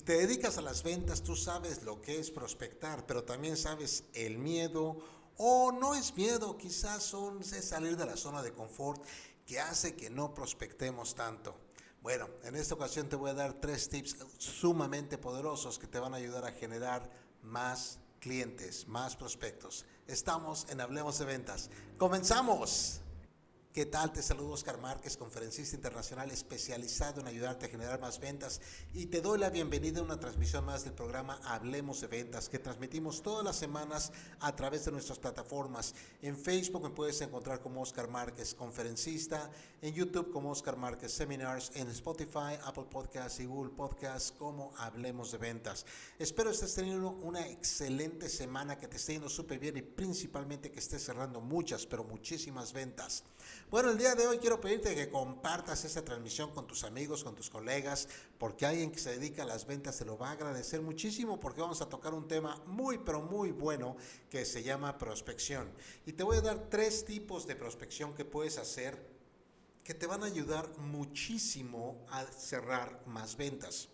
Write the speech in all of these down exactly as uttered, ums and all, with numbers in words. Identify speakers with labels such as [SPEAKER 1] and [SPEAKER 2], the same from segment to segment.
[SPEAKER 1] te dedicas a las ventas, tú sabes lo que es prospectar, pero también sabes el miedo, o no es miedo, quizás son es salir de la zona de confort que hace que no prospectemos tanto. Bueno, en esta ocasión te voy a dar tres tips sumamente poderosos que te van a ayudar a generar más clientes, más prospectos. Estamos en Hablemos de Ventas. ¡Comenzamos! ¿Qué tal? Te saludo Oscar Márquez, conferencista internacional especializado en ayudarte a generar más ventas, y te doy la bienvenida a una transmisión más del programa Hablemos de Ventas, que transmitimos todas las semanas a través de nuestras plataformas. En Facebook me puedes encontrar como Oscar Márquez, conferencista, en YouTube como Oscar Márquez Seminars, en Spotify, Apple Podcasts y Google Podcasts como Hablemos de Ventas. Espero estés teniendo una excelente semana, que te esté yendo súper bien y principalmente que estés cerrando muchas, pero muchísimas ventas. Bueno, el día de hoy quiero pedirte que compartas esta transmisión con tus amigos, con tus colegas, porque alguien que se dedica a las ventas te lo va a agradecer muchísimo, porque vamos a tocar un tema muy, pero muy bueno que se llama prospección. Y te voy a dar tres tipos de prospección que puedes hacer que te van a ayudar muchísimo a cerrar más ventas.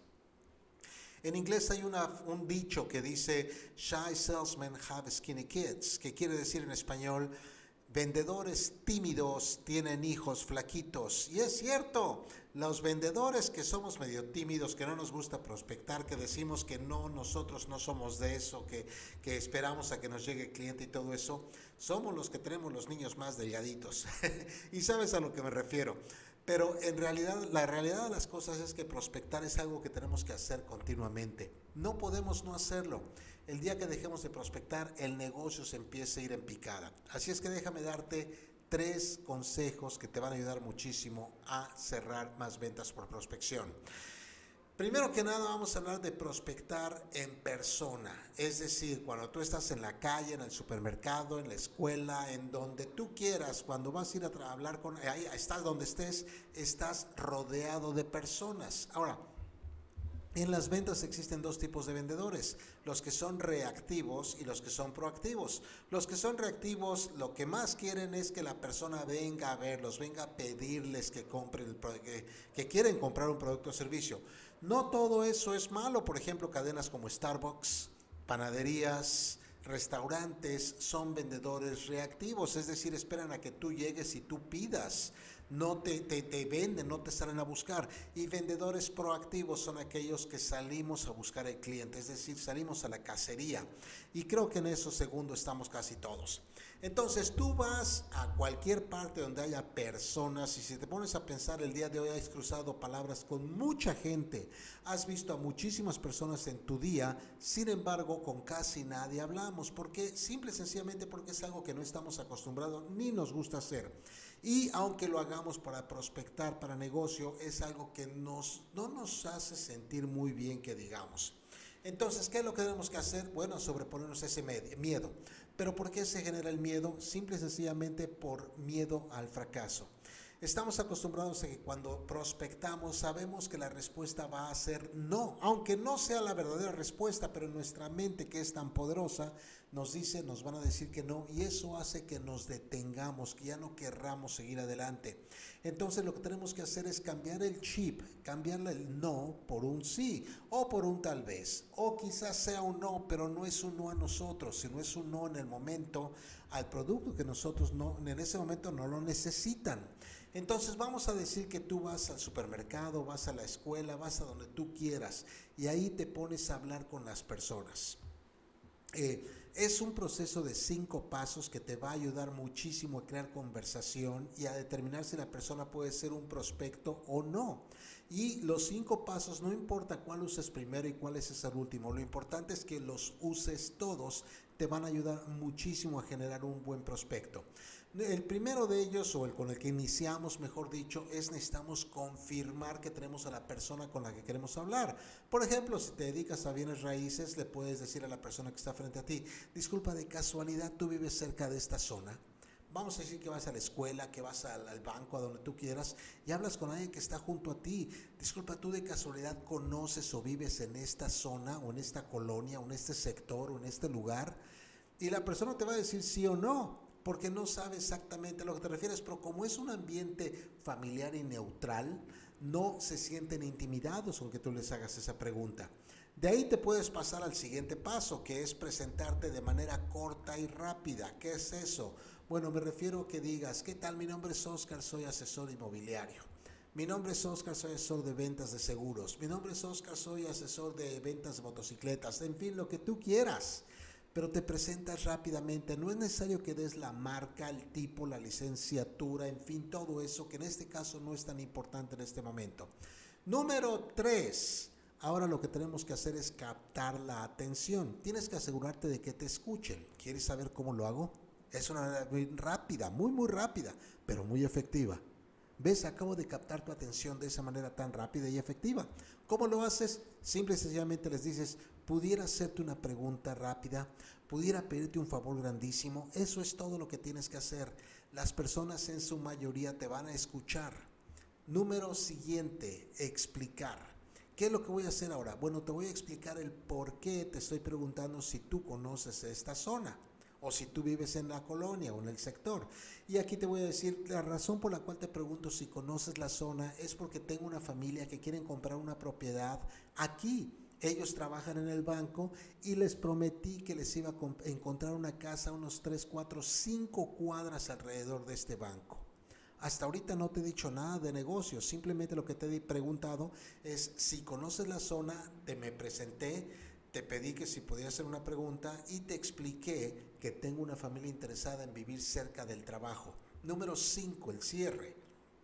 [SPEAKER 1] En inglés hay una, un dicho que dice "Shy salesmen have skinny kids", que quiere decir en español: vendedores tímidos tienen hijos flaquitos. Y es cierto, los vendedores que somos medio tímidos, que no nos gusta prospectar, que decimos que no, nosotros no somos de eso, que, que esperamos a que nos llegue el cliente y todo eso, somos los que tenemos los niños más delgaditos. Y sabes a lo que me refiero. Pero en realidad, la realidad de las cosas es que prospectar es algo que tenemos que hacer continuamente. No podemos no hacerlo. El día que dejemos de prospectar, el negocio se empieza a ir en picada. Así es que déjame darte tres consejos que te van a ayudar muchísimo a cerrar más ventas por prospección. Primero que nada, vamos a hablar de prospectar en persona, es decir, cuando tú estás en la calle, en el supermercado, en la escuela, en donde tú quieras, cuando vas a ir a hablar con, ahí estás donde estés, estás rodeado de personas. Ahora, en las ventas existen dos tipos de vendedores: los que son reactivos y los que son proactivos. Los que son reactivos, lo que más quieren es que la persona venga a verlos, venga a pedirles que compren, el, que, que quieren comprar un producto o servicio. No todo eso es malo. Por ejemplo, cadenas como Starbucks, panaderías, restaurantes son vendedores reactivos, es decir, esperan a que tú llegues y tú pidas. No te, te, te venden, no te salen a buscar. Y vendedores proactivos son aquellos que salimos a buscar al cliente, es decir, salimos a la cacería. Y creo que en eso segundo estamos casi todos. Entonces tú vas a cualquier parte donde haya personas, y si te pones a pensar, el día de hoy has cruzado palabras con mucha gente, has visto a muchísimas personas en tu día, sin embargo con casi nadie hablamos. ¿Por qué? Simple y sencillamente porque es algo que no estamos acostumbrados ni nos gusta hacer. Y aunque lo hagamos para prospectar, para negocio, es algo que nos, no nos hace sentir muy bien, que digamos. Entonces, ¿qué es lo que tenemos que hacer? Bueno, sobreponernos a ese miedo. ¿Pero por qué se genera el miedo? Simple y sencillamente por miedo al fracaso. Estamos acostumbrados a que cuando prospectamos sabemos que la respuesta va a ser no, aunque no sea la verdadera respuesta, pero en nuestra mente, que es tan poderosa, nos dice, nos van a decir que no, y eso hace que nos detengamos, que ya no querramos seguir adelante. Entonces lo que tenemos que hacer es cambiar el chip, cambiarle el no por un sí, o por un tal vez, o quizás sea un no, pero no es un no a nosotros, sino es un no en el momento al producto que nosotros no, en ese momento no lo necesitan. Entonces vamos a decir que tú vas al supermercado, vas a la escuela, vas a donde tú quieras, y ahí te pones a hablar con las personas. Eh, es un proceso de cinco pasos que te va a ayudar muchísimo a crear conversación y a determinar si la persona puede ser un prospecto o no. Y los cinco pasos, no importa cuál uses primero y cuál es el último, lo importante es que los uses todos, te van a ayudar muchísimo a generar un buen prospecto. El primero de ellos, o el con el que iniciamos, mejor dicho, es necesitamos confirmar que tenemos a la persona con la que queremos hablar. Por ejemplo, si te dedicas a bienes raíces, le puedes decir a la persona que está frente a ti: disculpa, de casualidad, ¿tú vives cerca de esta zona? Vamos a decir que vas a la escuela, que vas al, al banco, a donde tú quieras, y hablas con alguien que está junto a ti. Disculpa, ¿tú de casualidad conoces o vives en esta zona, o en esta colonia, o en este sector, o en este lugar? Y la persona te va a decir sí o no, porque no sabe exactamente a lo que te refieres, pero como es un ambiente familiar y neutral, no se sienten intimidados aunque tú les hagas esa pregunta. De ahí te puedes pasar al siguiente paso, que es presentarte de manera corta y rápida. ¿Qué es eso? Bueno, me refiero a que digas, ¿qué tal? Mi nombre es Oscar, soy asesor inmobiliario. Mi nombre es Oscar, soy asesor de ventas de seguros. Mi nombre es Oscar, soy asesor de ventas de motocicletas. En fin, lo que tú quieras. Pero te presentas rápidamente. No es necesario que des la marca, el tipo, la licenciatura, en fin, todo eso, que en este caso no es tan importante en este momento. Número tres. Ahora lo que tenemos que hacer es captar la atención. Tienes que asegurarte de que te escuchen. ¿Quieres saber cómo lo hago? Es una manera muy rápida, muy, muy rápida, pero muy efectiva. ¿Ves? Acabo de captar tu atención de esa manera tan rápida y efectiva. ¿Cómo lo haces? Simple y sencillamente les dices, pudiera hacerte una pregunta rápida, pudiera pedirte un favor grandísimo. Eso es todo lo que tienes que hacer. Las personas en su mayoría te van a escuchar. Número siguiente, explicar. ¿Qué es lo que voy a hacer ahora? Bueno, te voy a explicar el por qué te estoy preguntando si tú conoces esta zona o si tú vives en la colonia o en el sector. Y aquí te voy a decir, la razón por la cual te pregunto si conoces la zona es porque tengo una familia que quieren comprar una propiedad aquí. Ellos trabajan en el banco y les prometí que les iba a encontrar una casa a unos tres, cuatro, cinco cuadras alrededor de este banco. Hasta ahorita no te he dicho nada de negocios, simplemente lo que te he preguntado es si conoces la zona, te me presenté, te pedí que si podía hacer una pregunta y te expliqué que tengo una familia interesada en vivir cerca del trabajo. Número cinco, el cierre.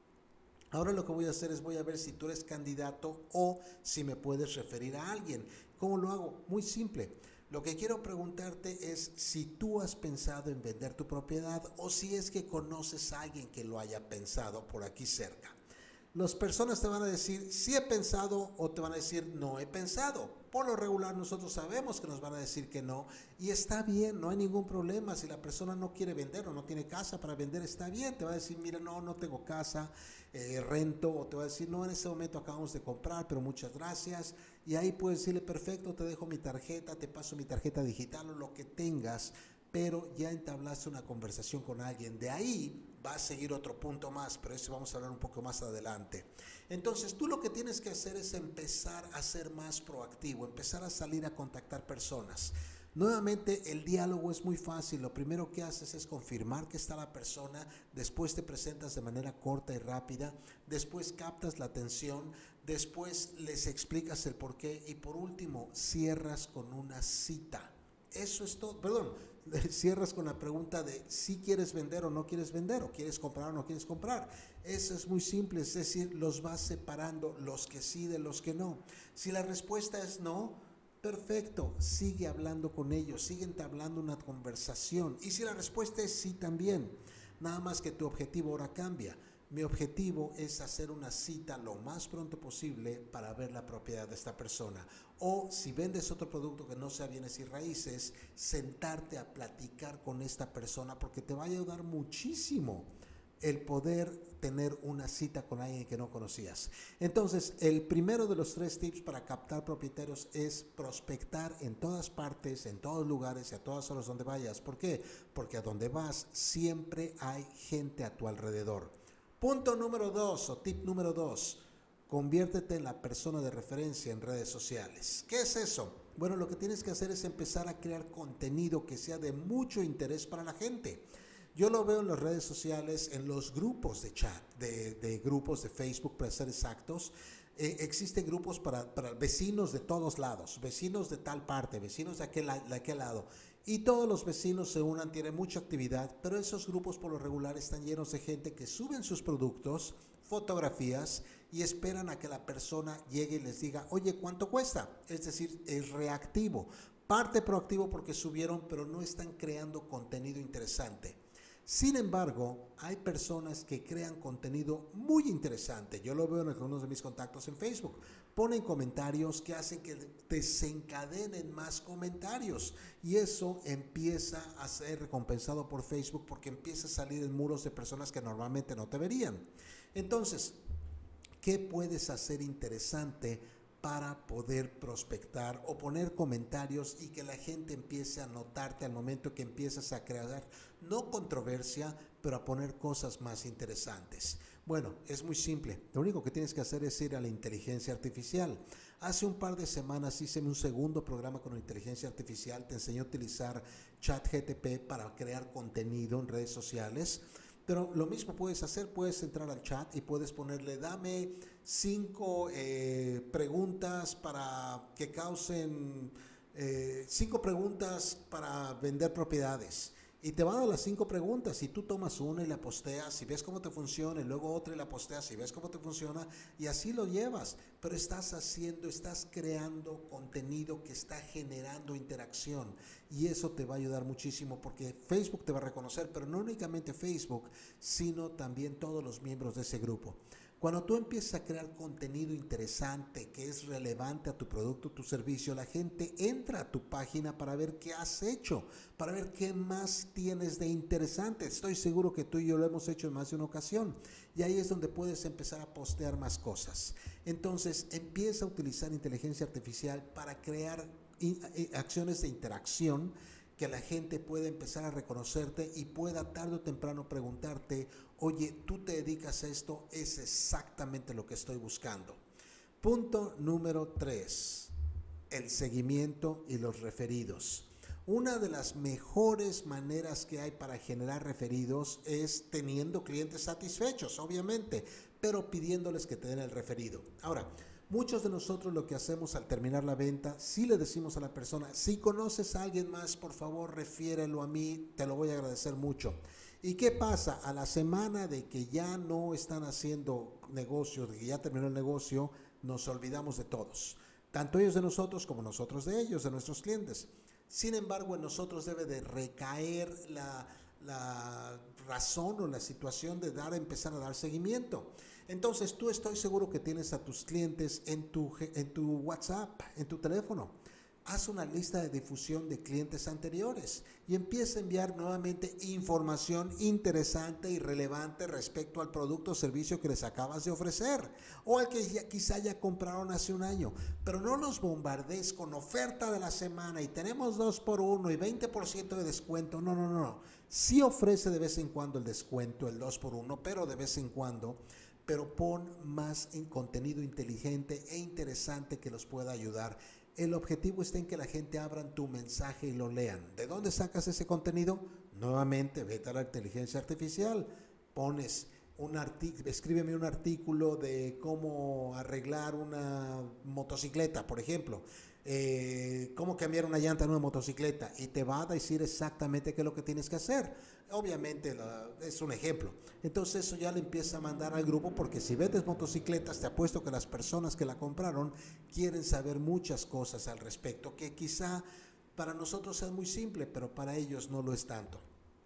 [SPEAKER 1] Ahora lo que voy a hacer es voy a ver si tú eres candidato o si me puedes referir a alguien. ¿Cómo lo hago? Muy simple. Lo que quiero preguntarte es si tú has pensado en vender tu propiedad o si es que conoces a alguien que lo haya pensado por aquí cerca. Las personas te van a decir sí he pensado o te van a decir no he pensado. Por lo regular nosotros sabemos que nos van a decir que no y está bien, no hay ningún problema. Si la persona no quiere vender o no tiene casa para vender, está bien. Te va a decir mira no, no tengo casa, eh, rento, o te va a decir no, en este momento acabamos de comprar, pero muchas gracias. Y ahí puedes decirle perfecto, te dejo mi tarjeta, te paso mi tarjeta digital o lo que tengas, pero ya entablaste una conversación con alguien. De ahí va a seguir otro punto más, pero eso vamos a hablar un poco más adelante. Entonces tú lo que tienes que hacer es empezar a ser más proactivo, empezar a salir a contactar personas. Nuevamente el diálogo es muy fácil. Lo primero que haces es confirmar que está la persona, después te presentas de manera corta y rápida, después captas la atención, después les explicas el porqué y por último cierras con una cita. Eso es todo, perdón, cierras con la pregunta de si quieres vender o no quieres vender, o quieres comprar o no quieres comprar. Eso es muy simple, es decir, los vas separando, los que sí de los que no. Si la respuesta es no, perfecto, sigue hablando con ellos, sigue entablando una conversación. Y si la respuesta es sí también, nada más que tu objetivo ahora cambia. Mi objetivo es hacer una cita lo más pronto posible para ver la propiedad de esta persona. O si vendes otro producto que no sea bienes y raíces, sentarte a platicar con esta persona porque te va a ayudar muchísimo el poder tener una cita con alguien que no conocías. Entonces, el primero de los tres tips para captar propietarios es prospectar en todas partes, en todos lugares y a todas horas donde vayas. ¿Por qué? Porque a donde vas siempre hay gente a tu alrededor. Punto número dos o tip número dos, conviértete en la persona de referencia en redes sociales. ¿Qué es eso? Bueno, lo que tienes que hacer es empezar a crear contenido que sea de mucho interés para la gente. Yo lo veo en las redes sociales, en los grupos de chat, de, de grupos de Facebook, para ser exactos. Eh, existen grupos para, para vecinos de todos lados, vecinos de tal parte, vecinos de aquel, de aquel lado. Y todos los vecinos se unan, tienen mucha actividad, pero esos grupos por lo regular están llenos de gente que suben sus productos, fotografías y esperan a que la persona llegue y les diga, oye, ¿cuánto cuesta? Es decir, es reactivo. Parte proactivo porque subieron, pero no están creando contenido interesante. Sin embargo, hay personas que crean contenido muy interesante. Yo lo veo en algunos de mis contactos en Facebook. Ponen comentarios que hacen que desencadenen más comentarios y eso empieza a ser recompensado por Facebook porque empieza a salir en muros de personas que normalmente no te verían. Entonces, ¿qué puedes hacer interesante para poder prospectar o poner comentarios y que la gente empiece a notarte al momento que empiezas a crear, no controversia, pero a poner cosas más interesantes? Bueno, es muy simple. Lo único que tienes que hacer es ir a la inteligencia artificial. Hace un par de semanas hice un segundo programa con inteligencia artificial. Te enseñé a utilizar ChatGPT para crear contenido en redes sociales. Pero lo mismo puedes hacer, puedes entrar al chat y puedes ponerle, dame cinco eh, preguntas para que causen, eh, cinco preguntas para vender propiedades. Y te va a dar las cinco preguntas y tú tomas una y la posteas y ves cómo te funciona y luego otra y la posteas y ves cómo te funciona y así lo llevas. Pero estás haciendo, estás creando contenido que está generando interacción y eso te va a ayudar muchísimo porque Facebook te va a reconocer, pero no únicamente Facebook, sino también todos los miembros de ese grupo. Cuando tú empiezas a crear contenido interesante que es relevante a tu producto, tu servicio, la gente entra a tu página para ver qué has hecho, para ver qué más tienes de interesante. Estoy seguro que tú y yo lo hemos hecho en más de una ocasión. Y ahí es donde puedes empezar a postear más cosas. Entonces, empieza a utilizar inteligencia artificial para crear acciones de interacción que la gente pueda empezar a reconocerte y pueda tarde o temprano preguntarte, oye, tú te dedicas a esto, es exactamente lo que estoy buscando. Punto número tres, el seguimiento y los referidos. Una de las mejores maneras que hay para generar referidos es teniendo clientes satisfechos, obviamente, pero pidiéndoles que te den el referido. Ahora, muchos de nosotros lo que hacemos al terminar la venta, sí le decimos a la persona, si conoces a alguien más, por favor, refiérelo a mí, te lo voy a agradecer mucho. ¿Y qué pasa? A la semana de que ya no están haciendo negocio, de que ya terminó el negocio, nos olvidamos de todos. Tanto ellos de nosotros como nosotros de ellos, de nuestros clientes. Sin embargo, en nosotros debe de recaer la, la razón o la situación de dar, empezar a dar seguimiento. Entonces, tú estoy seguro que tienes a tus clientes en tu, en tu WhatsApp, en tu teléfono. Haz una lista de difusión de clientes anteriores y empieza a enviar nuevamente información interesante y relevante respecto al producto o servicio que les acabas de ofrecer o al que ya, quizá ya compraron hace un año. Pero no los bombardees con oferta de la semana y tenemos dos por uno y veinte por ciento de descuento. No, no, no. Sí ofrece de vez en cuando el descuento, el dos por uno, pero de vez en cuando. Pero pon más en contenido inteligente e interesante que los pueda ayudar. El objetivo está en que la gente abra tu mensaje y lo lean. ¿De dónde sacas ese contenido? Nuevamente, vete a la inteligencia artificial. Pones un artículo, escríbeme un artículo de cómo arreglar una motocicleta, por ejemplo. Eh, cómo cambiar una llanta en una motocicleta y te va a decir exactamente qué es lo que tienes que hacer. Obviamente la, es un ejemplo. Entonces eso ya le empieza a mandar al grupo porque si vendes motocicletas te apuesto que las personas que la compraron quieren saber muchas cosas al respecto que quizá para nosotros es muy simple, pero para ellos no lo es tanto.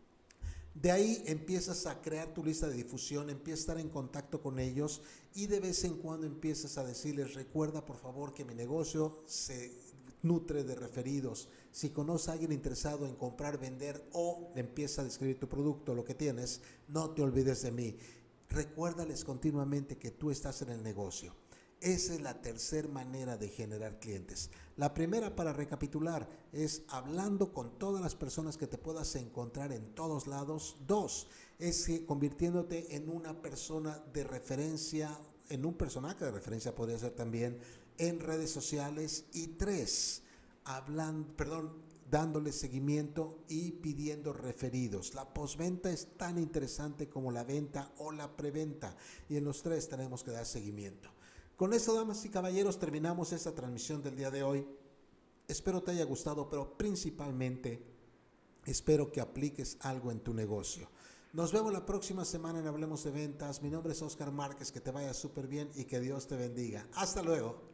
[SPEAKER 1] De ahí empiezas a crear tu lista de difusión, empiezas a estar en contacto con ellos y de vez en cuando empiezas a decirles, recuerda por favor que mi negocio se nutre de referidos. Si conoces a alguien interesado en comprar, vender o empieza a describir tu producto, lo que tienes, no te olvides de mí. Recuérdales continuamente que tú estás en el negocio. Esa es la tercera manera de generar clientes. La primera, para recapitular, es hablando con todas las personas que te puedas encontrar en todos lados. Dos, es que convirtiéndote en una persona de referencia, en un personaje de referencia podría ser también en redes sociales. Y tres, hablando, perdón, dándole seguimiento y pidiendo referidos. La postventa es tan interesante como la venta o la preventa y en los tres tenemos que dar seguimiento. Con eso, damas y caballeros, terminamos esta transmisión del día de hoy. Espero te haya gustado, pero principalmente espero que apliques algo en tu negocio. Nos vemos la próxima semana en Hablemos de Ventas. Mi nombre es Oscar Márquez, que te vaya súper bien y que Dios te bendiga. Hasta luego.